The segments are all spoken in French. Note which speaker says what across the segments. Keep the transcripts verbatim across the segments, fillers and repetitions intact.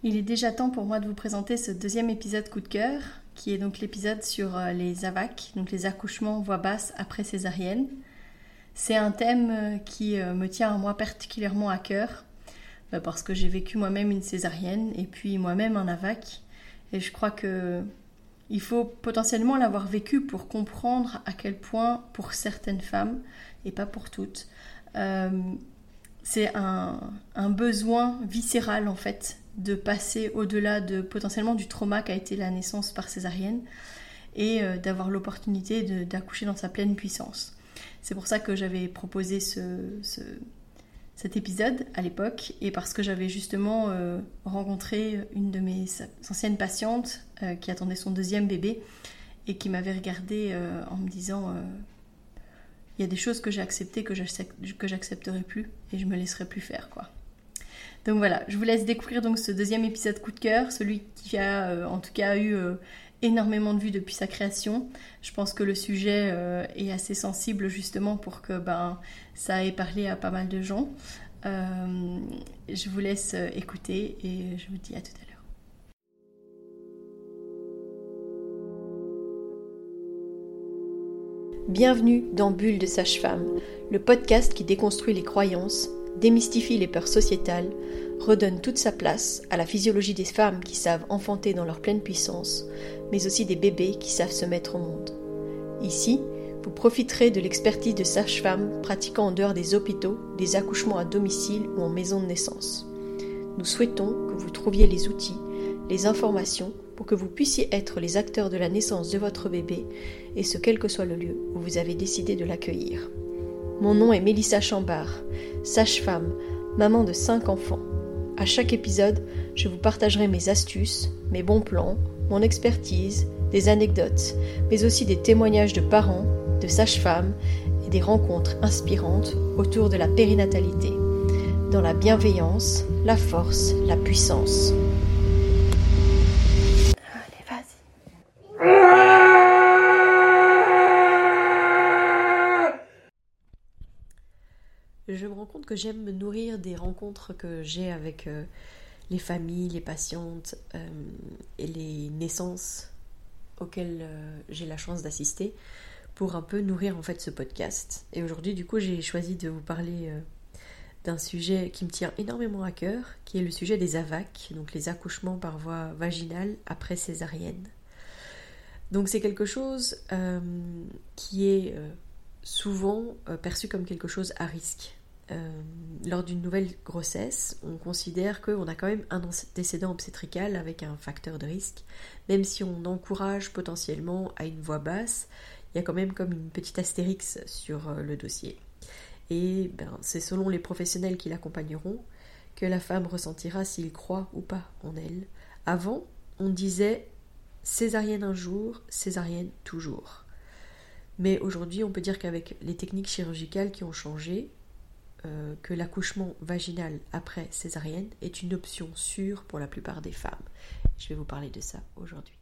Speaker 1: Il est déjà temps pour moi de vous présenter ce deuxième épisode coup de cœur, qui est donc l'épisode sur les A V A C, donc les accouchements voix basse après césarienne. C'est un thème qui me tient à moi particulièrement à cœur, parce que j'ai vécu moi-même une césarienne et puis moi-même un A V A C. Et je crois que il faut potentiellement l'avoir vécu pour comprendre à quel point, pour certaines femmes, et pas pour toutes, euh, c'est un, un besoin viscéral en fait, de passer au-delà de potentiellement du trauma qu'a été la naissance par césarienne et euh, d'avoir l'opportunité de, d'accoucher dans sa pleine puissance. C'est pour ça que j'avais proposé ce, ce, cet épisode à l'époque et parce que j'avais justement euh, rencontré une de mes anciennes patientes euh, qui attendait son deuxième bébé et qui m'avait regardée euh, en me disant euh, il y a des choses que j'ai acceptées que, que j'accepterai plus et je me laisserai plus faire quoi. Donc voilà, je vous laisse découvrir donc ce deuxième épisode coup de cœur, celui qui a euh, en tout cas eu euh, énormément de vues depuis sa création. Je pense que le sujet euh, est assez sensible justement pour que ben, ça ait parlé à pas mal de gens. Euh, je vous laisse euh, écouter et je vous dis à tout à l'heure. Bienvenue dans Bulle de Sage-Femme, le podcast qui déconstruit les croyances, démystifie les peurs sociétales, redonne toute sa place à la physiologie des femmes qui savent enfanter dans leur pleine puissance, mais aussi des bébés qui savent se mettre au monde. Ici, vous profiterez de l'expertise de sages-femmes pratiquant en dehors des hôpitaux, des accouchements à domicile ou en maison de naissance. Nous souhaitons que vous trouviez les outils, les informations pour que vous puissiez être les acteurs de la naissance de votre bébé, et ce quel que soit le lieu où vous avez décidé de l'accueillir. Mon nom est Mélissa Chambard, sage-femme, maman de cinq enfants. À chaque épisode, je vous partagerai mes astuces, mes bons plans, mon expertise, des anecdotes, mais aussi des témoignages de parents, de sages-femmes et des rencontres inspirantes autour de la périnatalité, dans la bienveillance, la force, la puissance. Allez, vas-y. Je me rends compte que j'aime me nourrir des rencontres que j'ai avec euh, les familles, les patientes euh, et les naissances auxquelles euh, j'ai la chance d'assister pour un peu nourrir en fait ce podcast. Et aujourd'hui du coup j'ai choisi de vous parler euh, d'un sujet qui me tient énormément à cœur, qui est le sujet des A V A C, donc les accouchements par voie vaginale après césarienne. Donc c'est quelque chose euh, qui est euh, souvent euh, perçu comme quelque chose à risque. Euh, lors d'une nouvelle grossesse, on considère qu'on a quand même un antécédent obstétrical avec un facteur de risque, même si on encourage potentiellement à une voix basse, il y a quand même comme une petite astérix sur euh, le dossier. Et ben, c'est selon les professionnels qui l'accompagneront que la femme ressentira s'il croit ou pas en elle. Avant, on disait césarienne un jour, césarienne toujours. Mais aujourd'hui, on peut dire qu'avec les techniques chirurgicales qui ont changé, euh, que l'accouchement vaginal après césarienne est une option sûre pour la plupart des femmes. Je vais vous parler de ça aujourd'hui.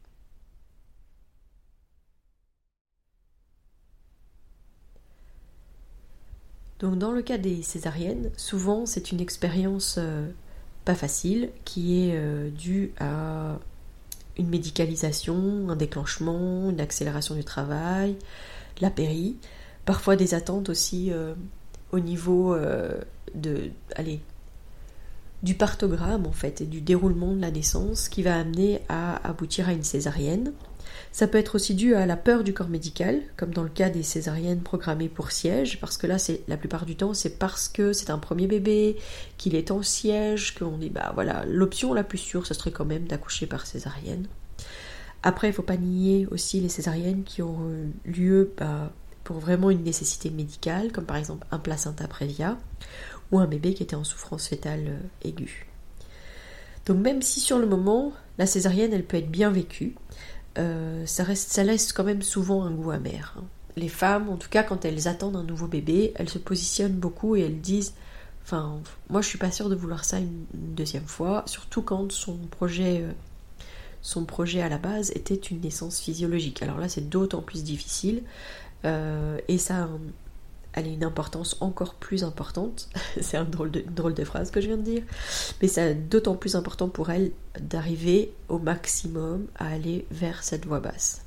Speaker 1: Donc dans le cas des césariennes, souvent c'est une expérience euh, pas facile qui est euh, due à une médicalisation, un déclenchement, une accélération du travail, la péri, parfois des attentes aussi euh, au niveau euh, de, allez, du partogramme en fait et du déroulement de la naissance qui va amener à aboutir à une césarienne. Ça peut être aussi dû à la peur du corps médical, comme dans le cas des césariennes programmées pour siège, parce que là, c'est, la plupart du temps, c'est parce que c'est un premier bébé, qu'il est en siège, qu'on dit, bah voilà, l'option la plus sûre, ce serait quand même d'accoucher par césarienne. Après, il ne faut pas nier aussi les césariennes qui ont lieu bah, pour vraiment une nécessité médicale, comme par exemple un placenta prévia, ou un bébé qui était en souffrance fœtale aiguë. Donc même si sur le moment, la césarienne, elle peut être bien vécue, Euh, ça, reste, ça laisse quand même souvent un goût amer. Les femmes, en tout cas quand elles attendent un nouveau bébé, elles se positionnent beaucoup et elles disent enfin, moi je suis pas sûre de vouloir ça une, une deuxième fois, surtout quand son projet, euh, son projet à la base était une naissance physiologique. Alors là c'est d'autant plus difficile euh, et ça a un,
Speaker 2: elle a une importance encore plus importante. C'est un drôle de, une drôle de phrase que je viens de dire. Mais c'est d'autant plus important pour elle d'arriver au maximum à aller vers cette voix basse.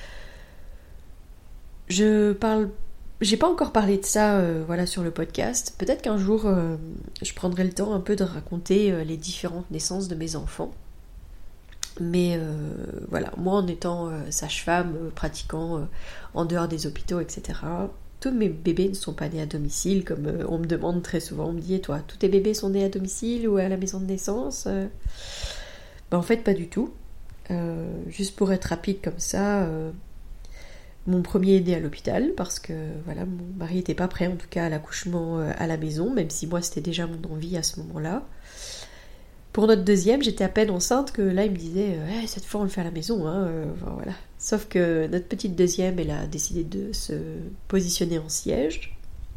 Speaker 2: Je parle... J'ai pas encore parlé de ça euh, voilà, sur le podcast. Peut-être qu'un jour, euh, je prendrai le temps un peu de raconter euh, les différentes naissances de mes enfants. Mais euh, voilà, moi en étant euh, sage-femme, euh, pratiquant euh, en dehors des hôpitaux, et cetera, tous mes bébés ne sont pas nés à domicile, comme euh, on me demande très souvent. On me dit, et toi, tous tes bébés sont nés à domicile ou à la maison de naissance euh... ben, En fait, pas du tout. Euh, juste pour être rapide comme ça, euh, mon premier est né à l'hôpital, parce que voilà, mon mari n'était pas prêt en tout cas à l'accouchement euh, à la maison, même si moi c'était déjà mon envie à ce moment-là. Pour notre deuxième, j'étais à peine enceinte que là, il me disait eh, « cette fois, on le fait à la maison. Hein. » euh, enfin, voilà. Sauf que notre petite deuxième, elle a décidé de se positionner en siège.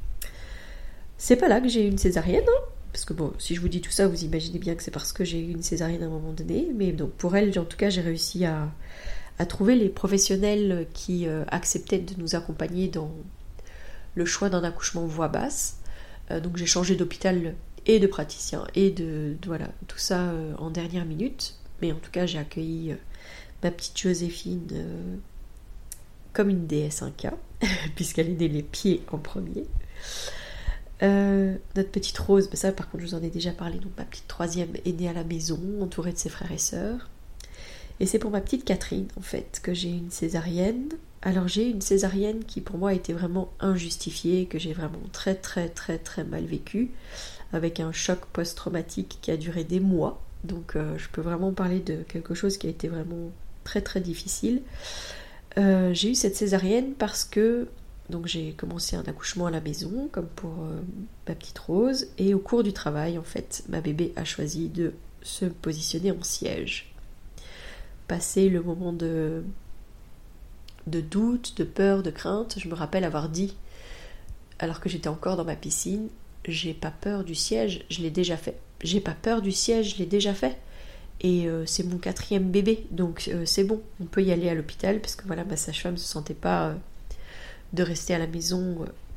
Speaker 2: C'est pas là que j'ai eu une césarienne. Hein, parce que bon, si je vous dis tout ça, vous imaginez bien que c'est parce que j'ai eu une césarienne à un moment donné. Mais donc pour elle, en tout cas, j'ai réussi à, à trouver les professionnels qui euh, acceptaient de nous accompagner dans le choix d'un accouchement voix basse. Euh, donc j'ai changé d'hôpital et de praticien, et de, de voilà, tout ça euh, en dernière minute. Mais en tout cas, j'ai accueilli euh, ma petite Joséphine euh, comme une déesse inca, puisqu'elle est née les pieds en premier. Euh, notre petite Rose, ben ça par contre je vous en ai déjà parlé, donc ma petite troisième est née à la maison, entourée de ses frères et sœurs. Et c'est pour ma petite Catherine, en fait, que j'ai une césarienne. Alors j'ai une césarienne qui pour moi était vraiment injustifiée, que j'ai vraiment très très très très mal vécue, avec un choc post-traumatique qui a duré des mois. Donc euh, je peux vraiment parler de quelque chose qui a été vraiment très très difficile. Euh, j'ai eu cette césarienne parce que donc j'ai commencé un accouchement à la maison, comme pour euh, ma petite Rose, et au cours du travail, en fait, ma bébé a choisi de se positionner en siège. Passé le moment de, de doute, de peur, de crainte, je me rappelle avoir dit, alors que j'étais encore dans ma piscine, j'ai pas peur du siège, je l'ai déjà fait. J'ai pas peur du siège, je l'ai déjà fait. Et euh, c'est mon quatrième bébé, donc euh, c'est bon, on peut y aller à l'hôpital, parce que voilà, ma sage-femme ne se sentait pas euh, de rester à la maison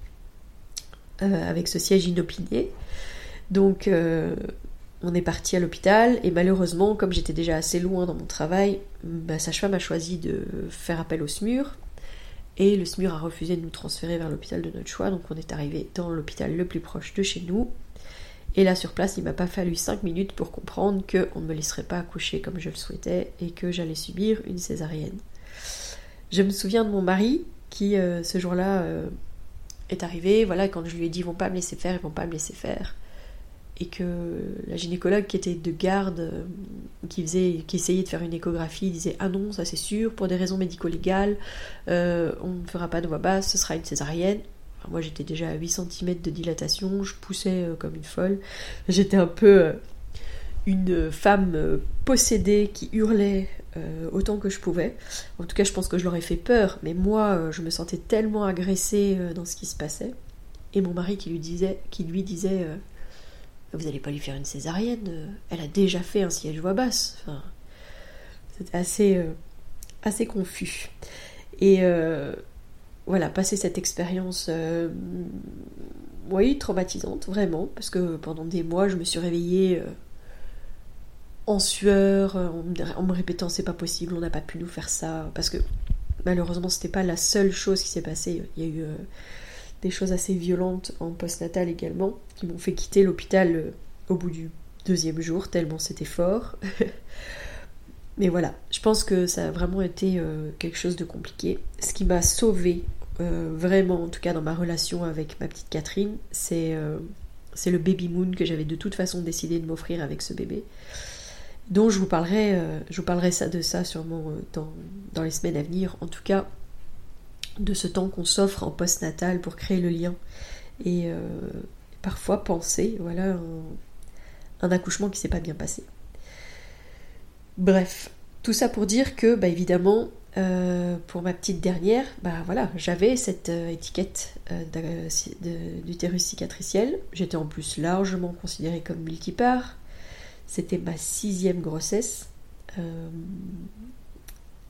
Speaker 2: euh, euh, avec ce siège inopiné. Donc euh, on est parti à l'hôpital, et malheureusement, comme j'étais déjà assez loin dans mon travail, ma sage-femme a choisi de faire appel au S M U R, et le S M U R a refusé de nous transférer vers l'hôpital de notre choix, donc on est arrivé dans l'hôpital le plus proche de chez nous. Et là, sur place, il m'a pas fallu cinq minutes pour comprendre qu'on ne me laisserait pas accoucher comme je le souhaitais et que j'allais subir une césarienne. Je me souviens de mon mari qui, euh, ce jour-là, euh, est arrivé. Voilà, quand je lui ai dit « ils vont pas me laisser faire, ils vont pas me laisser faire ». Et que la gynécologue qui était de garde, euh, qui, faisait, qui essayait de faire une échographie, disait « ah non, ça c'est sûr, pour des raisons médico-légales, euh, on ne fera pas de voix basse, ce sera une césarienne ». Moi j'étais déjà à huit centimètres de dilatation, je poussais euh, comme une folle. J'étais un peu euh, une femme euh, possédée qui hurlait euh, autant que je pouvais. En tout cas je pense que je leur ai fait peur, mais moi euh, je me sentais tellement agressée euh, dans ce qui se passait. Et mon mari qui lui disait, qui lui disait euh, vous n'allez pas lui faire une césarienne, euh, elle a déjà fait un siège voix basse. Enfin, c'était assez, euh, assez confus. Et... Euh, Voilà, passer cette expérience, euh, oui, traumatisante, vraiment, parce que pendant des mois, je me suis réveillée euh, en sueur, en me, en me répétant c'est pas possible, on n'a pas pu nous faire ça, parce que malheureusement, c'était pas la seule chose qui s'est passée. Il y a eu euh, des choses assez violentes en postnatal également, qui m'ont fait quitter l'hôpital euh, au bout du deuxième jour, tellement c'était fort. Mais voilà, je pense que ça a vraiment été euh, quelque chose de compliqué. Ce qui m'a sauvée, euh, vraiment, en tout cas dans ma relation avec ma petite Catherine, c'est, euh, c'est le baby moon que j'avais de toute façon décidé de m'offrir avec ce bébé. Donc je vous parlerai, euh, je vous parlerai ça, de ça sûrement euh, dans, dans les semaines à venir. En tout cas, de ce temps qu'on s'offre en postnatal pour créer le lien. Et euh, parfois penser, voilà, un, un accouchement qui ne s'est pas bien passé. Bref, tout ça pour dire que, bah évidemment, euh, pour ma petite dernière, bah voilà, j'avais cette euh, étiquette euh, d'utérus cicatriciel. J'étais en plus largement considérée comme multipare. C'était ma sixième grossesse. Euh,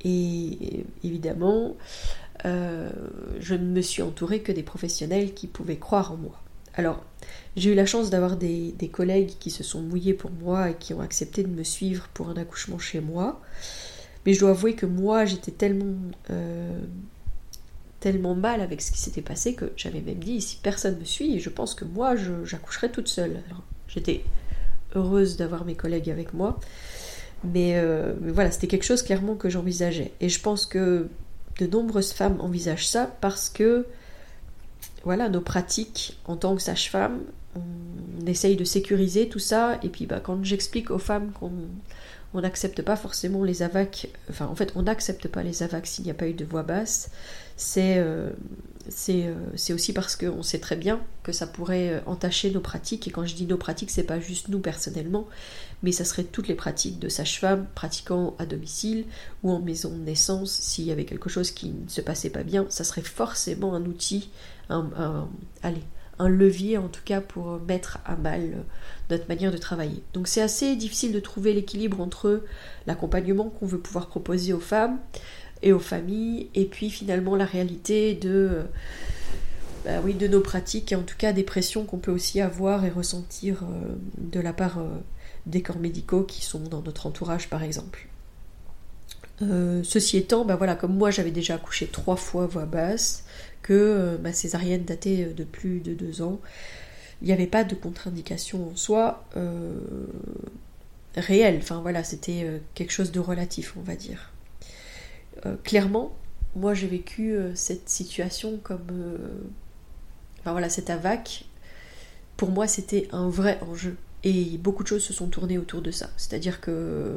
Speaker 2: Et évidemment, euh, je ne me suis entourée que des professionnels qui pouvaient croire en moi. Alors, j'ai eu la chance d'avoir des, des collègues qui se sont mouillés pour moi et qui ont accepté de me suivre pour un accouchement chez moi. Mais je dois avouer que moi, j'étais tellement, euh, tellement mal avec ce qui s'était passé que j'avais même dit, si personne me suit, je pense que moi, je, j'accoucherai toute seule. Alors, j'étais heureuse d'avoir mes collègues avec moi. Mais, euh, mais voilà, c'était quelque chose clairement que j'envisageais. Et je pense que de nombreuses femmes envisagent ça parce que voilà, nos pratiques en tant que sage-femme, on essaye de sécuriser tout ça, et puis bah, quand j'explique aux femmes qu'on on n'accepte pas forcément les A V A C, enfin en fait on n'accepte pas les A V A C s'il n'y a pas eu de voix basse, c'est, euh, c'est, euh, c'est aussi parce qu'on sait très bien que ça pourrait entacher nos pratiques, et quand je dis nos pratiques, c'est pas juste nous personnellement, mais ça serait toutes les pratiques de sage-femme pratiquant à domicile ou en maison de naissance. S'il y avait quelque chose qui ne se passait pas bien, ça serait forcément un outil, un, un, allez, un levier en tout cas pour mettre à mal notre manière de travailler. Donc c'est assez difficile de trouver l'équilibre entre l'accompagnement qu'on veut pouvoir proposer aux femmes et aux familles, et puis finalement la réalité de, bah oui, de nos pratiques, et en tout cas des pressions qu'on peut aussi avoir et ressentir euh, de la part euh, des corps médicaux qui sont dans notre entourage par exemple. Euh, ceci étant, bah voilà, comme moi j'avais déjà accouché trois fois voix basse, que euh, ma césarienne datait de plus de deux ans, il n'y avait pas de contre-indication en soi euh, réelle, enfin voilà, c'était euh, quelque chose de relatif, on va dire. Euh, clairement, moi j'ai vécu euh, cette situation comme, euh, enfin voilà, cette A V A C, pour moi c'était un vrai enjeu, et beaucoup de choses se sont tournées autour de ça, c'est-à-dire que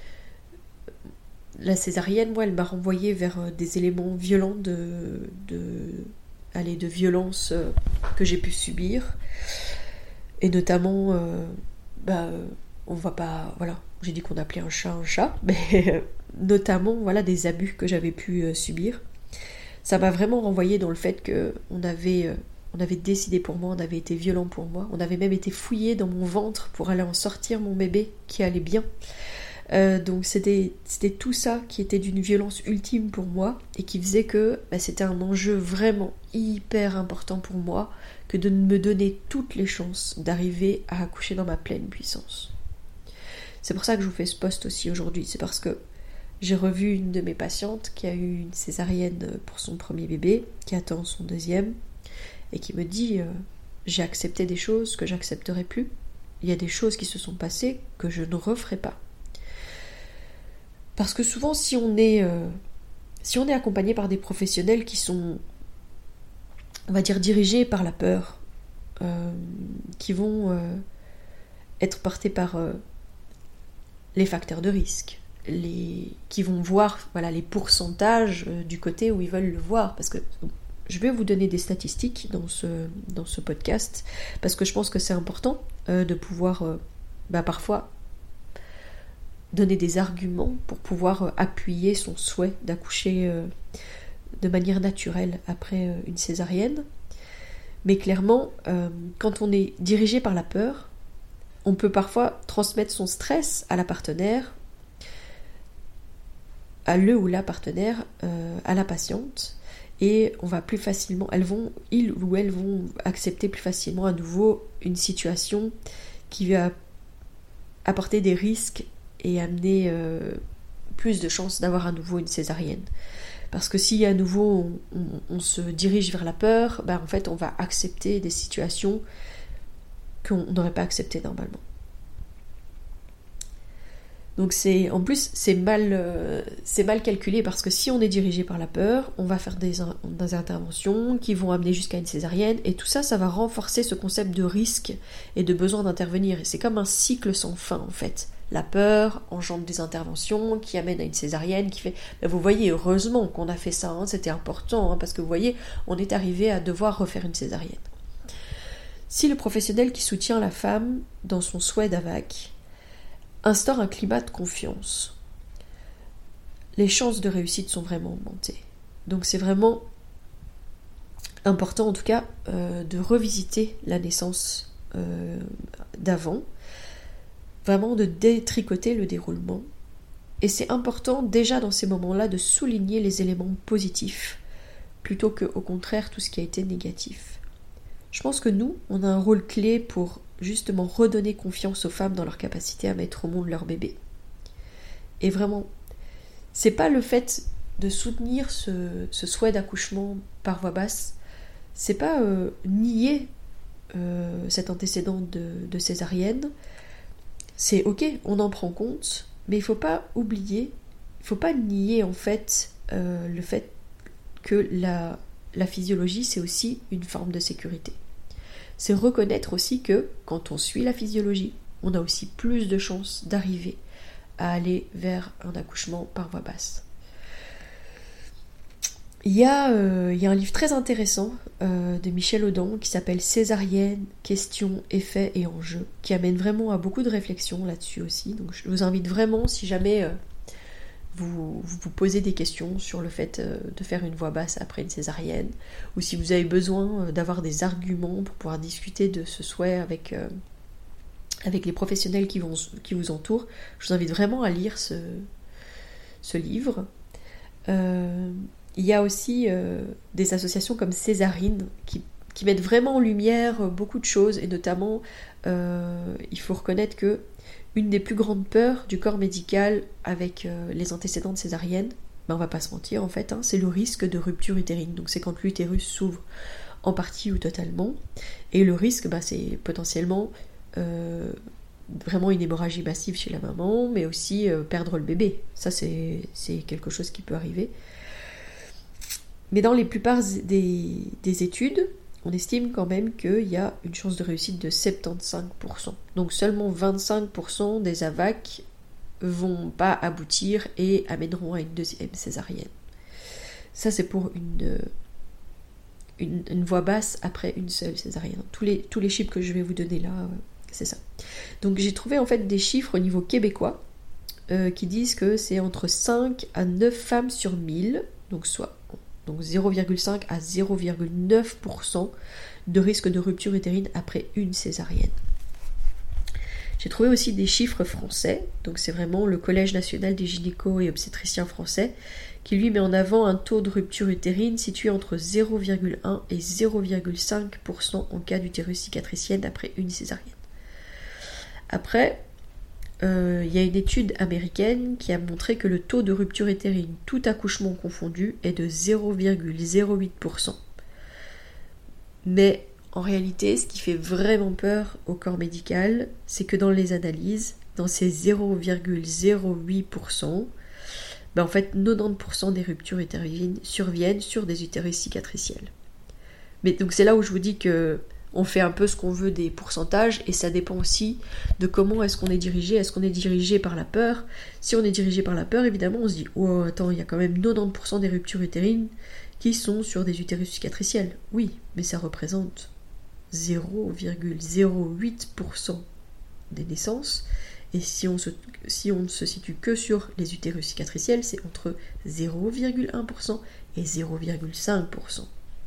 Speaker 2: la césarienne, moi, elle m'a renvoyée vers des éléments violents de, de, allez, de violence que j'ai pu subir. Et notamment, euh, bah, on va pas, voilà, j'ai dit qu'on appelait un chat un chat, mais notamment, voilà, des abus que j'avais pu subir. Ça m'a vraiment renvoyée dans le fait que on avait, on avait décidé pour moi, on avait été violent pour moi, on avait même été fouillé dans mon ventre pour aller en sortir mon bébé qui allait bien. Euh, donc c'était, c'était tout ça qui était d'une violence ultime pour moi, et qui faisait que bah, c'était un enjeu vraiment hyper important pour moi que de me donner toutes les chances d'arriver à accoucher dans ma pleine puissance. C'est pour ça que je vous fais ce post aussi aujourd'hui, c'est parce que j'ai revu une de mes patientes qui a eu une césarienne pour son premier bébé, qui attend son deuxième, et qui me dit euh, j'ai accepté des choses que j'accepterai plus, il y a des choses qui se sont passées que je ne referai pas. Parce que souvent, si on est, euh, si on est accompagné par des professionnels qui sont, on va dire, dirigés par la peur, euh, qui vont euh, être portés par euh, les facteurs de risque, les, qui vont voir voilà, les pourcentages euh, du côté où ils veulent le voir. Parce que je vais vous donner des statistiques dans ce, dans ce podcast, parce que je pense que c'est important euh, de pouvoir, euh, bah, parfois, donner des arguments pour pouvoir appuyer son souhait d'accoucher de manière naturelle après une césarienne. Mais clairement, quand on est dirigé par la peur, on peut parfois transmettre son stress à la partenaire, à le ou la partenaire, à la patiente, et on va plus facilement, elles vont, ils ou elles vont accepter plus facilement à nouveau une situation qui va apporter des risques et amener euh, plus de chances d'avoir à nouveau une césarienne. Parce que si à nouveau on, on, on se dirige vers la peur, ben en fait on va accepter des situations qu'on n'aurait pas acceptées normalement. Donc c'est, en plus c'est mal, euh, c'est mal calculé, parce que si on est dirigé par la peur, on va faire des, des interventions qui vont amener jusqu'à une césarienne, et tout ça, ça va renforcer ce concept de risque et de besoin d'intervenir. Et c'est comme un cycle sans fin en fait. La peur engendre des interventions qui amènent à une césarienne qui fait... Ben vous voyez, heureusement qu'on a fait ça, hein, c'était important, hein, parce que vous voyez, on est arrivé à devoir refaire une césarienne. Si le professionnel qui soutient la femme dans son souhait d'A V A C instaure un climat de confiance, les chances de réussite sont vraiment augmentées. Donc c'est vraiment important en tout cas euh, de revisiter la naissance euh, d'avant, vraiment de détricoter le déroulement Et c'est important déjà dans ces moments-là de souligner les éléments positifs plutôt que au contraire tout ce qui a été négatif. Je pense que nous, on a un rôle clé pour justement redonner confiance aux femmes dans leur capacité à mettre au monde leur bébé. Et vraiment, c'est pas le fait de soutenir ce, ce souhait d'accouchement par voie basse, c'est pas euh, nier euh, cet antécédent de, de césarienne, c'est ok, on en prend compte, mais il faut pas oublier, il faut pas nier en fait euh, le fait que la, la physiologie c'est aussi une forme de sécurité. C'est reconnaître aussi que quand on suit la physiologie, on a aussi plus de chances d'arriver à aller vers un accouchement par voie basse. Il y a, euh, il y a un livre très intéressant euh, de Michel Audin qui s'appelle Césarienne, questions, effets et enjeux, qui amène vraiment à beaucoup de réflexions là-dessus aussi. Donc je vous invite vraiment, si jamais euh, vous, vous vous posez des questions sur le fait euh, de faire une voie basse après une césarienne, ou si vous avez besoin euh, d'avoir des arguments pour pouvoir discuter de ce souhait avec, euh, avec les professionnels qui, vont, qui vous entourent, je vous invite vraiment à lire ce, ce livre. Euh, Il y a aussi euh, des associations comme Césarine qui, qui mettent vraiment en lumière beaucoup de choses, et notamment, euh, il faut reconnaître que une des plus grandes peurs du corps médical avec euh, les antécédents de césarienne, ben on va pas se mentir en fait, hein, c'est le risque de rupture utérine. Donc c'est quand l'utérus s'ouvre en partie ou totalement, et le risque, ben, c'est potentiellement euh, vraiment une hémorragie massive chez la maman, mais aussi euh, perdre le bébé. Ça c'est, c'est quelque chose qui peut arriver. Mais dans les plupart des, des études, on estime quand même qu'il y a une chance de réussite de soixante-quinze pour cent. Donc seulement vingt-cinq pour cent des A V A C vont pas aboutir et amèneront à une deuxième césarienne. Ça c'est pour une, une, une voie basse après une seule césarienne. Tous les, tous les chiffres que je vais vous donner là, c'est ça. Donc j'ai trouvé en fait des chiffres au niveau québécois euh, qui disent que c'est entre cinq à neuf femmes sur mille, donc soit donc zéro virgule cinq à zéro virgule neuf pour cent de risque de rupture utérine après une césarienne. J'ai trouvé aussi des chiffres français, donc c'est vraiment le Collège national des gynécos et obstétriciens français, qui lui met en avant un taux de rupture utérine situé entre zéro virgule un et zéro virgule cinq pour cent en cas d'utérus cicatricienne après une césarienne. Après, il euh, y a une étude américaine qui a montré que le taux de rupture utérine, tout accouchement confondu, est de zéro virgule zéro huit pour cent. Mais en réalité, ce qui fait vraiment peur au corps médical, c'est que dans les analyses, dans ces zéro virgule zéro huit pour cent, ben en fait quatre-vingt-dix pour cent des ruptures utérines surviennent sur des utérus cicatriciels. Mais donc c'est là où je vous dis que on fait un peu ce qu'on veut des pourcentages, et ça dépend aussi de comment est-ce qu'on est dirigé. Est-ce qu'on est dirigé par la peur? Si on est dirigé par la peur, évidemment, on se dit « Oh, attends, il y a quand même quatre-vingt-dix pour cent des ruptures utérines qui sont sur des utérus cicatriciels. » Oui, mais ça représente zéro virgule zéro huit pour cent des naissances, et si on, se, si on ne se situe que sur les utérus cicatriciels, c'est entre zéro virgule un pour cent et zéro virgule cinq pour cent.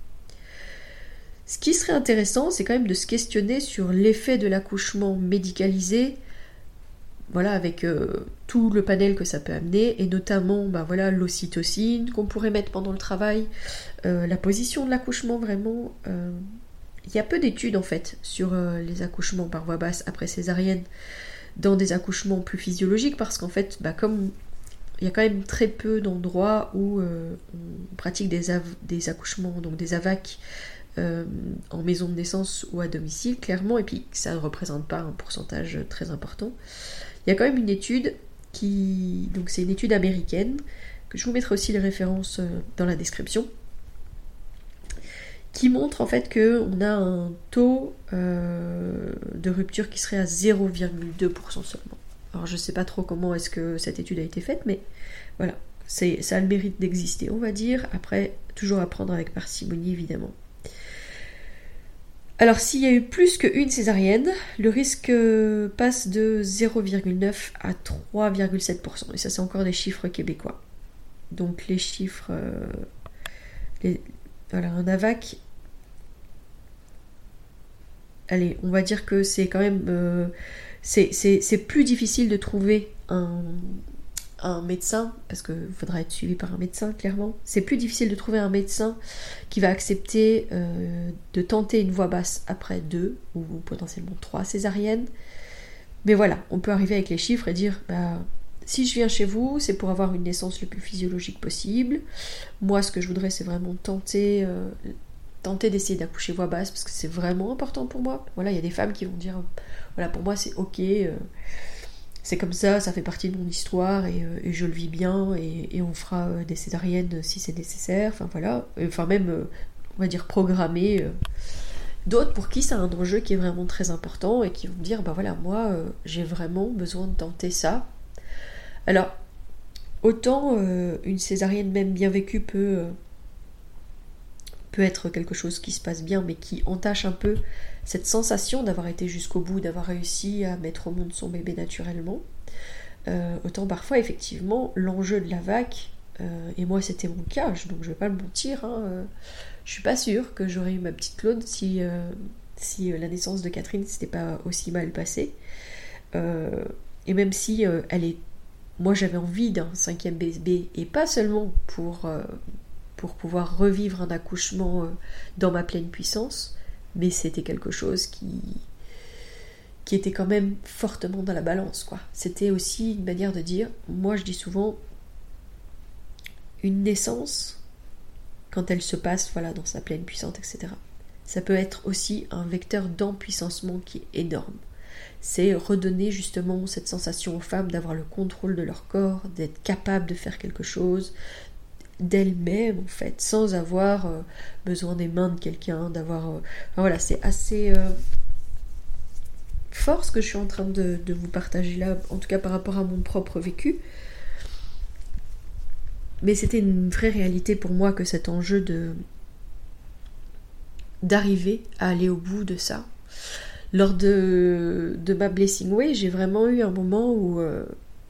Speaker 2: Ce qui serait intéressant, c'est quand même de se questionner sur l'effet de l'accouchement médicalisé, voilà, avec euh, tout le panel que ça peut amener, et notamment bah, voilà, l'ocytocine qu'on pourrait mettre pendant le travail, euh, la position de l'accouchement vraiment. Euh, il y a peu d'études en fait sur euh, les accouchements par voie basse après césarienne dans des accouchements plus physiologiques, parce qu'en fait, bah, comme il y a quand même très peu d'endroits où euh, on pratique des, av- des accouchements, donc des A V A C, Euh, en maison de naissance ou à domicile, clairement, et puis ça ne représente pas un pourcentage très important. Il y a quand même une étude qui, donc c'est une étude américaine, que je vous mettrai aussi les références dans la description, qui montre en fait qu'on a un taux euh, de rupture qui serait à zéro virgule deux pour cent seulement. Alors je ne sais pas trop comment est-ce que cette étude a été faite, mais voilà, c'est, ça a le mérite d'exister, on va dire. Après, toujours à prendre avec parcimonie, évidemment. Alors s'il y a eu plus qu'une césarienne, le risque passe de zéro virgule neuf à trois virgule sept pour cent. Et ça, c'est encore des chiffres québécois. Donc les chiffres... Euh, les, voilà, un A V A C... Allez, on va dire que c'est quand même... Euh, c'est, c'est, c'est plus difficile de trouver un, un médecin, parce qu'il faudra être suivi par un médecin, clairement. C'est plus difficile de trouver un médecin qui va accepter euh, de tenter une voix basse après deux ou potentiellement trois césariennes. Mais voilà, on peut arriver avec les chiffres et dire, bah, si je viens chez vous, c'est pour avoir une naissance le plus physiologique possible. Moi, ce que je voudrais, c'est vraiment tenter, euh, tenter d'essayer d'accoucher voix basse, parce que c'est vraiment important pour moi. Voilà, il y a des femmes qui vont dire, voilà, pour moi, c'est ok, euh, c'est comme ça, ça fait partie de mon histoire, et, euh, et je le vis bien, et, et on fera euh, des césariennes si c'est nécessaire, enfin voilà, enfin même, euh, on va dire, programmer... Euh, D'autres pour qui c'est un enjeu qui est vraiment très important et qui vont dire, bah voilà, moi euh, j'ai vraiment besoin de tenter ça. Alors, autant euh, une césarienne même bien vécue peut, euh, peut être quelque chose qui se passe bien, mais qui entache un peu cette sensation d'avoir été jusqu'au bout, d'avoir réussi à mettre au monde son bébé naturellement. Euh, autant parfois, effectivement, l'enjeu de la V A C, euh, et moi c'était mon cas, donc je vais pas le mentir, hein, euh, je suis pas sûre que j'aurais eu ma petite Claude si, euh, si euh, la naissance de Catherine s'était pas aussi mal passée. Euh, et même si euh, elle est, moi j'avais envie d'un cinquième bébé, et pas seulement pour, euh, pour pouvoir revivre un accouchement euh, dans ma pleine puissance, mais c'était quelque chose qui, qui était quand même fortement dans la balance, quoi. C'était aussi une manière de dire, moi je dis souvent, une naissance, quand elle se passe voilà, dans sa pleine puissance, et cetera. Ça peut être aussi un vecteur d'empuissancement qui est énorme. C'est redonner justement cette sensation aux femmes d'avoir le contrôle de leur corps, d'être capable de faire quelque chose d'elles-mêmes en fait, sans avoir euh, besoin des mains de quelqu'un, d'avoir... Euh... Enfin, voilà, c'est assez euh... fort ce que je suis en train de, de vous partager là, en tout cas par rapport à mon propre vécu. Mais c'était une vraie réalité pour moi que cet enjeu de d'arriver à aller au bout de ça. Lors de, de ma Blessing Way, j'ai vraiment eu un moment où, euh,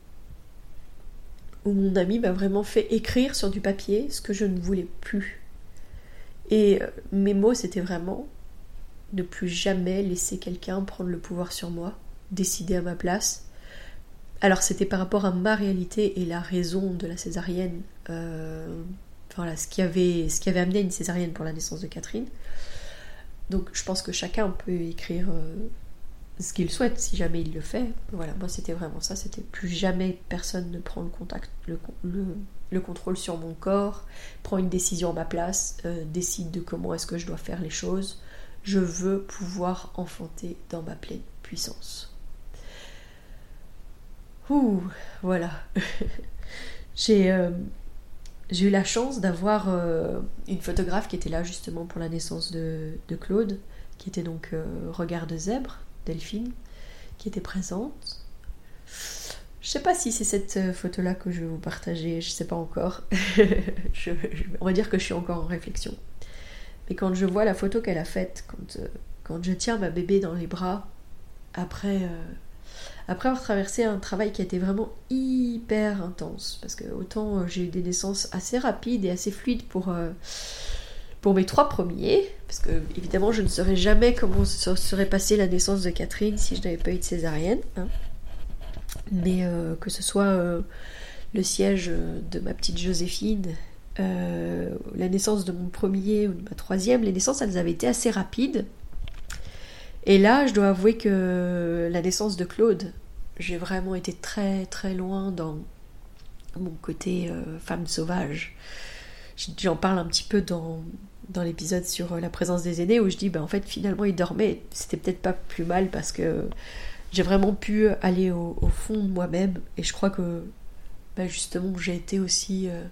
Speaker 2: où mon ami m'a vraiment fait écrire sur du papier ce que je ne voulais plus. Et euh, mes mots, c'était vraiment ne plus jamais laisser quelqu'un prendre le pouvoir sur moi, décider à ma place. Alors c'était par rapport à ma réalité et la raison de la césarienne, euh, voilà, ce qui avait, ce qui avait amené une césarienne pour la naissance de Catherine. Donc je pense que chacun peut écrire euh, ce qu'il souhaite si jamais il le fait. Voilà, moi c'était vraiment ça, c'était plus jamais personne ne prend le contact, le, le, le contrôle sur mon corps, prend une décision à ma place, euh, décide de comment est-ce que je dois faire les choses. Je veux pouvoir enfanter dans ma pleine puissance. Ouh, voilà. j'ai, euh, j'ai eu la chance d'avoir euh, une photographe qui était là justement pour la naissance de, de Claude, qui était donc euh, Regard de zèbre, Delphine, qui était présente. Je sais pas si c'est cette photo-là que je vais vous partager, je sais pas encore. je, je, on va dire que je suis encore en réflexion. Mais quand je vois la photo qu'elle a faite, quand, euh, quand je tiens ma bébé dans les bras, après... Euh, Après avoir traversé un travail qui a été vraiment hyper intense, parce que autant euh, j'ai eu des naissances assez rapides et assez fluides pour, euh, pour mes trois premiers, parce que évidemment je ne saurais jamais comment se serait passée la naissance de Catherine si je n'avais pas eu de césarienne, hein. Mais euh, que ce soit euh, le siège de ma petite Joséphine, euh, la naissance de mon premier ou de ma troisième, les naissances elles avaient été assez rapides. Et là, je dois avouer que la naissance de Claude, j'ai vraiment été très très loin dans mon côté euh, femme sauvage. J'en parle un petit peu dans, dans l'épisode sur la présence des aînés où je dis, ben, en fait, finalement, il dormait. C'était peut-être pas plus mal parce que j'ai vraiment pu aller au, au fond de moi-même. Et je crois que, ben, justement, j'ai été aussi... Euh,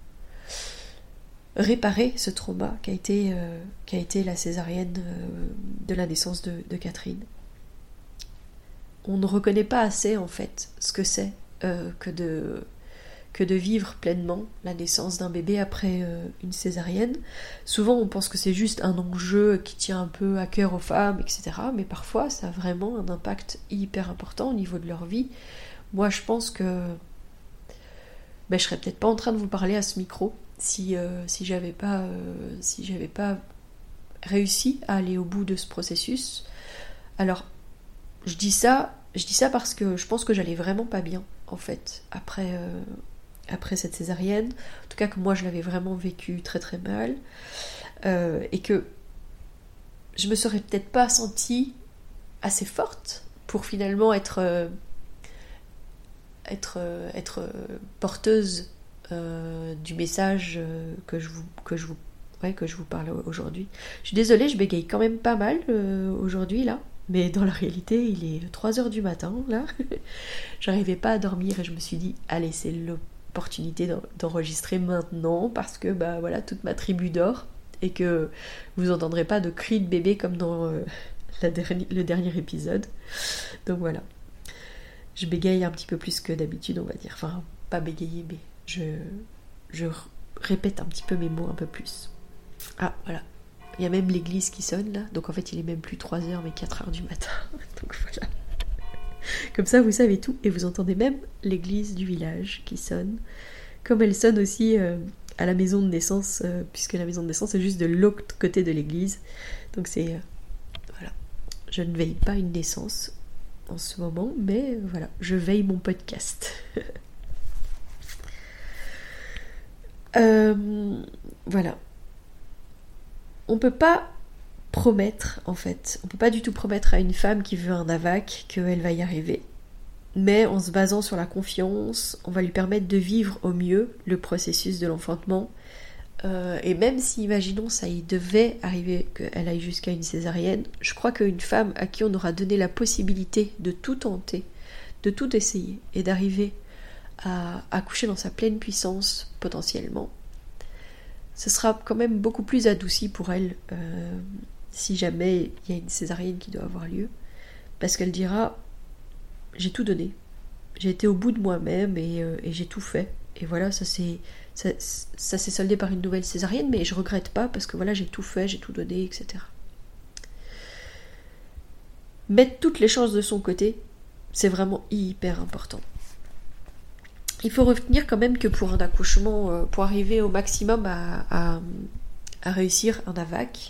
Speaker 2: réparer ce trauma qu'a été, euh, qu'a été la césarienne euh, de la naissance de, de Catherine. On ne reconnaît pas assez en fait ce que c'est euh, que, de, que de vivre pleinement la naissance d'un bébé après euh, une césarienne. Souvent on pense que c'est juste un enjeu qui tient un peu à cœur aux femmes, et cetera. Mais parfois ça a vraiment un impact hyper important au niveau de leur vie. Moi je pense que ben, je serais peut-être pas en train de vous parler à ce micro si, euh, si j'avais pas euh, si j'avais pas réussi à aller au bout de ce processus. Alors je dis ça je dis ça parce que je pense que j'allais vraiment pas bien en fait, après, euh, après cette césarienne. En tout cas que moi je l'avais vraiment vécu très très mal. Euh, et que je me serais peut-être pas sentie assez forte pour finalement être, euh, être, euh, être euh, porteuse euh, du message euh, que je vous, que je vous, ouais, que je vous parle aujourd'hui. Je suis désolée, je bégaye quand même pas mal euh, aujourd'hui là, mais dans la réalité il est trois heures du matin là. J'arrivais pas à dormir et je me suis dit allez, c'est l'opportunité d'enregistrer maintenant parce que bah voilà, toute ma tribu dort et que vous entendrez pas de cris de bébé comme dans euh, la dernière, le dernier épisode. Donc voilà, je bégaye un petit peu plus que d'habitude, on va dire. Enfin, pas bégayer, mais je, je répète un petit peu mes mots un peu plus. Ah, voilà. Il y a même l'église qui sonne là. Donc en fait, il est même plus trois heures, mais quatre heures du matin. Donc voilà. Comme ça, vous savez tout. Et vous entendez même l'église du village qui sonne. Comme elle sonne aussi euh, à la maison de naissance, euh, puisque la maison de naissance est juste de l'autre côté de l'église. Donc c'est... Euh, voilà. Je ne veille pas une naissance en ce moment, mais euh, voilà, je veille mon podcast. euh, voilà. On peut pas promettre, en fait, on peut pas du tout promettre à une femme qui veut un A V A C qu'elle va y arriver. Mais en se basant sur la confiance, on va lui permettre de vivre au mieux le processus de l'enfantement. Euh, et même si, imaginons, ça y devait arriver, qu'elle aille jusqu'à une césarienne, je crois qu'une femme à qui on aura donné la possibilité de tout tenter, de tout essayer, et d'arriver à accoucher dans sa pleine puissance, potentiellement, ce sera quand même beaucoup plus adouci pour elle, euh, si jamais il y a une césarienne qui doit avoir lieu, parce qu'elle dira... J'ai tout donné, j'ai été au bout de moi-même et, euh, et j'ai tout fait. Et voilà, ça s'est ça, ça s'est soldé par une nouvelle césarienne, mais je regrette pas parce que voilà, j'ai tout fait, j'ai tout donné, et cetera. Mettre toutes les chances de son côté, c'est vraiment hyper important. Il faut retenir quand même que pour un accouchement, euh, pour arriver au maximum à, à, à réussir un A V A C,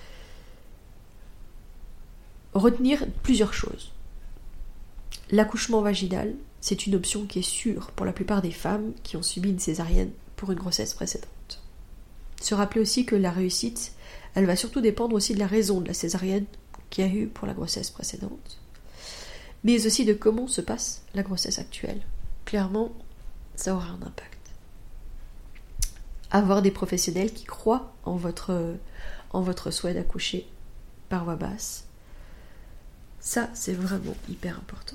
Speaker 2: retenir plusieurs choses. L'accouchement vaginal, c'est une option qui est sûre pour la plupart des femmes qui ont subi une césarienne pour une grossesse précédente. Se rappeler aussi que la réussite, elle va surtout dépendre aussi de la raison de la césarienne qu'il y a eu pour la grossesse précédente, mais aussi de comment se passe la grossesse actuelle. Clairement, ça aura un impact. Avoir des professionnels qui croient en votre, en votre souhait d'accoucher par voie basse, ça, c'est vraiment hyper important.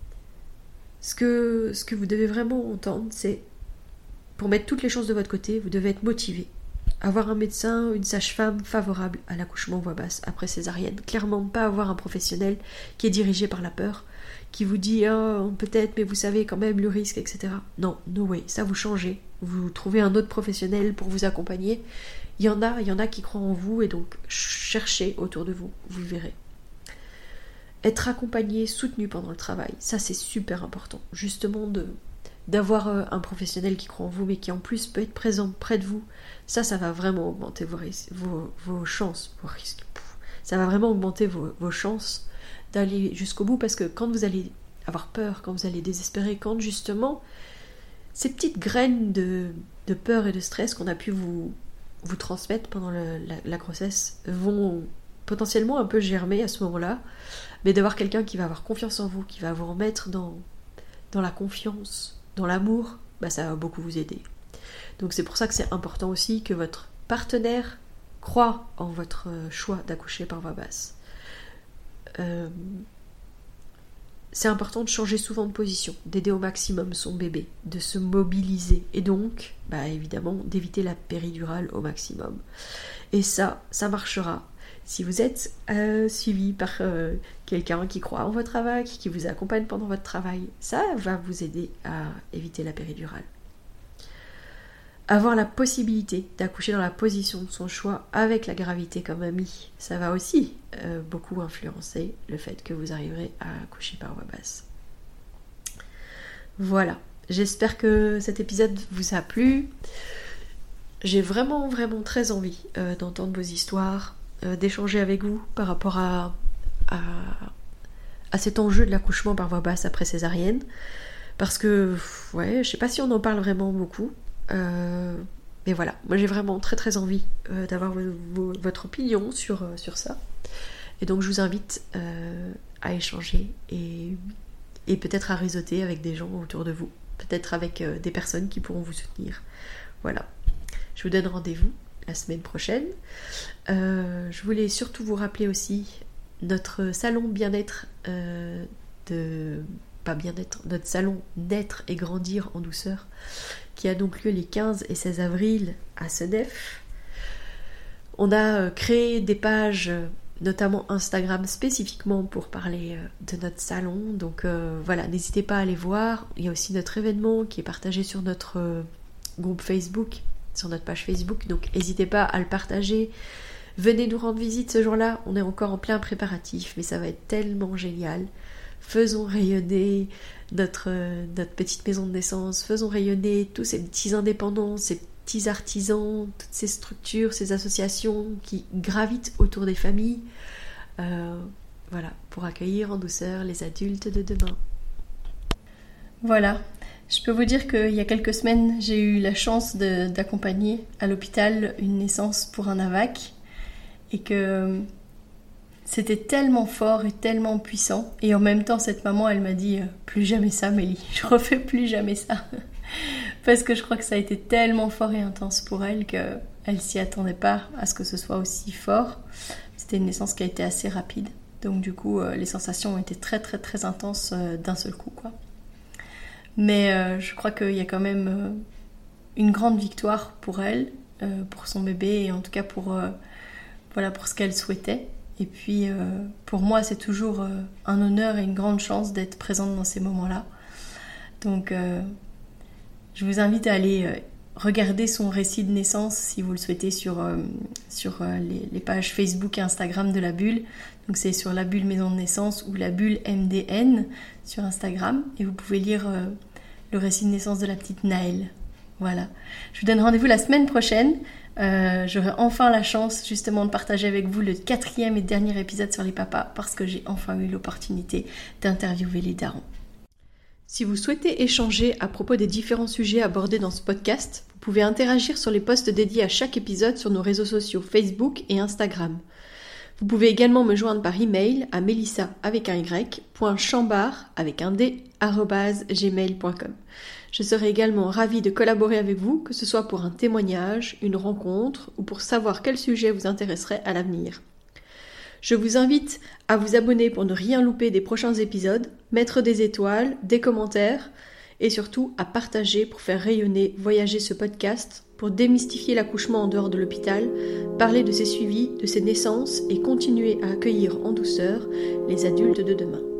Speaker 2: Ce que, ce que vous devez vraiment entendre, c'est, pour mettre toutes les chances de votre côté, vous devez être motivé. Avoir un médecin, une sage-femme favorable à l'accouchement voix basse après césarienne. Clairement, pas avoir un professionnel qui est dirigé par la peur, qui vous dit oh, peut-être, mais vous savez quand même le risque, et cetera. Non, no way, ça vous changez. Vous trouvez un autre professionnel pour vous accompagner. Il y en a, il y en a qui croient en vous, et donc cherchez autour de vous, vous verrez. Être accompagné, soutenu pendant le travail, ça c'est super important. Justement de, d'avoir un professionnel qui croit en vous, mais qui en plus peut être présent près de vous, ça, ça va vraiment augmenter vos, vos, vos chances, vos risques. Ça va vraiment augmenter vos, vos chances d'aller jusqu'au bout, parce que quand vous allez avoir peur, quand vous allez désespérer, quand justement ces petites graines de, de peur et de stress qu'on a pu vous, vous transmettre pendant le, la, la grossesse vont potentiellement un peu germer à ce moment-là, mais d'avoir quelqu'un qui va avoir confiance en vous, qui va vous remettre dans, dans la confiance, dans l'amour, bah ça va beaucoup vous aider. Donc c'est pour ça que c'est important aussi que votre partenaire croit en votre choix d'accoucher par voie basse. Euh, c'est important de changer souvent de position, d'aider au maximum son bébé, de se mobiliser, et donc, bah évidemment, d'éviter la péridurale au maximum. Et ça, ça marchera si vous êtes euh, suivi par euh, quelqu'un qui croit en votre travail, qui vous accompagne pendant votre travail. Ça va vous aider à éviter la péridurale. Avoir la possibilité d'accoucher dans la position de son choix avec la gravité comme amie, ça va aussi euh, beaucoup influencer le fait que vous arriverez à accoucher par voie basse. Voilà, j'espère que cet épisode vous a plu. J'ai vraiment, vraiment très envie euh, d'entendre vos histoires, euh, d'échanger avec vous par rapport à, à, à cet enjeu de l'accouchement par voie basse après césarienne. parce que, ouais, je sais pas si on en parle vraiment beaucoup, euh, mais voilà, moi j'ai vraiment très très envie euh, d'avoir v- v- votre opinion sur, euh, sur ça. Et donc je vous invite euh, à échanger et, et peut-être à réseauter avec des gens autour de vous, peut-être avec euh, des personnes qui pourront vous soutenir. Voilà, je vous donne rendez-vous la semaine prochaine. Euh, je voulais surtout vous rappeler aussi notre salon bien-être euh, de... pas bien-être, notre salon Naître et Grandir en douceur, qui a donc lieu les quinze et seize avril à Senef. On a créé des pages, notamment Instagram, spécifiquement pour parler de notre salon. Donc euh, voilà, n'hésitez pas à aller voir. Il y a aussi notre événement qui est partagé sur notre euh, groupe Facebook, sur notre page Facebook. Donc n'hésitez pas à le partager. Venez nous rendre visite ce jour-là. On est encore en plein préparatif, mais ça va être tellement génial. Faisons rayonner notre, euh, notre petite maison de naissance, faisons rayonner tous ces petits indépendants, ces petits artisans, toutes ces structures, ces associations qui gravitent autour des familles, euh, voilà, pour accueillir en douceur les adultes de demain.
Speaker 1: Voilà, je peux vous dire qu'il y a quelques semaines, j'ai eu la chance de, d'accompagner à l'hôpital une naissance pour un A V A C, et que c'était tellement fort et tellement puissant. Et en même temps, cette maman, elle m'a dit « Plus jamais ça, Mélie, je refais plus jamais ça. » Parce que je crois que ça a été tellement fort et intense pour elle qu'elle ne s'y attendait pas à ce que ce soit aussi fort. C'était une naissance qui a été assez rapide. Donc du coup, euh, les sensations ont été très très très intenses euh, d'un seul coup, quoi. Mais euh, je crois qu'il y a quand même euh, une grande victoire pour elle, euh, pour son bébé, et en tout cas pour, euh, voilà, pour ce qu'elle souhaitait. Et puis, euh, pour moi, c'est toujours euh, un honneur et une grande chance d'être présente dans ces moments-là. Donc, euh, je vous invite à aller euh, regarder son récit de naissance, si vous le souhaitez, sur, euh, sur euh, les, les pages Facebook et Instagram de La Bulle. Donc, c'est sur La Bulle Maison de Naissance ou La Bulle M D N sur Instagram. Et vous pouvez lire euh, le récit de naissance de la petite Naëlle. Voilà. Je vous donne rendez-vous la semaine prochaine. Euh, j'aurai enfin la chance justement de partager avec vous le quatrième et dernier épisode sur les papas, parce que j'ai enfin eu l'opportunité d'interviewer les darons. Si vous souhaitez échanger à propos des différents sujets abordés dans ce podcast, vous pouvez interagir sur les posts dédiés à chaque épisode sur nos réseaux sociaux Facebook et Instagram. Vous pouvez également me joindre par email à melissa avec un y, point chambard avec un d, arobase gmail point com. Je serai également ravie de collaborer avec vous, que ce soit pour un témoignage, une rencontre ou pour savoir quel sujet vous intéresserait à l'avenir. Je vous invite à vous abonner pour ne rien louper des prochains épisodes, mettre des étoiles, des commentaires et surtout à partager pour faire rayonner, voyager ce podcast, pour démystifier l'accouchement en dehors de l'hôpital, parler de ses suivis, de ses naissances et continuer à accueillir en douceur les adultes de demain.